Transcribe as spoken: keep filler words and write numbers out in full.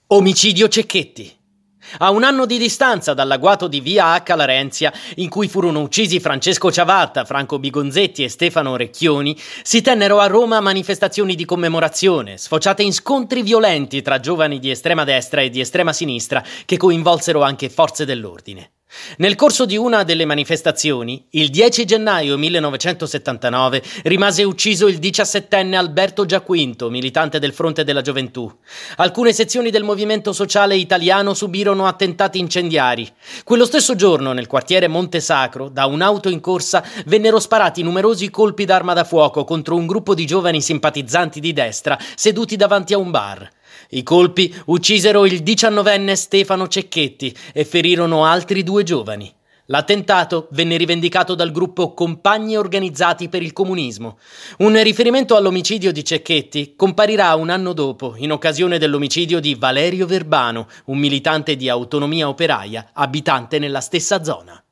Omicidio Cecchetti. A un anno di distanza dall'agguato di via H. Larenzia, in cui furono uccisi Francesco Ciavatta, Franco Bigonzetti e Stefano Recchioni, si tennero a Roma manifestazioni di commemorazione, sfociate in scontri violenti tra giovani di estrema destra e di estrema sinistra, che coinvolsero anche forze dell'ordine. Nel corso di una delle manifestazioni, il dieci gennaio millenovecentosettantanove, rimase ucciso il diciassettenne Alberto Giaquinto, militante del Fronte della Gioventù. Alcune sezioni del movimento sociale italiano subirono attentati incendiari. Quello stesso giorno, nel quartiere Monte Sacro, da un'auto in corsa, vennero sparati numerosi colpi d'arma da fuoco contro un gruppo di giovani simpatizzanti di destra seduti davanti a un bar. I colpi uccisero il diciannovenne Stefano Cecchetti e ferirono altri due giovani. L'attentato venne rivendicato dal gruppo Compagni Organizzati per il Comunismo. Un riferimento all'omicidio di Cecchetti comparirà un anno dopo, in occasione dell'omicidio di Valerio Verbano, un militante di Autonomia Operaia, abitante nella stessa zona.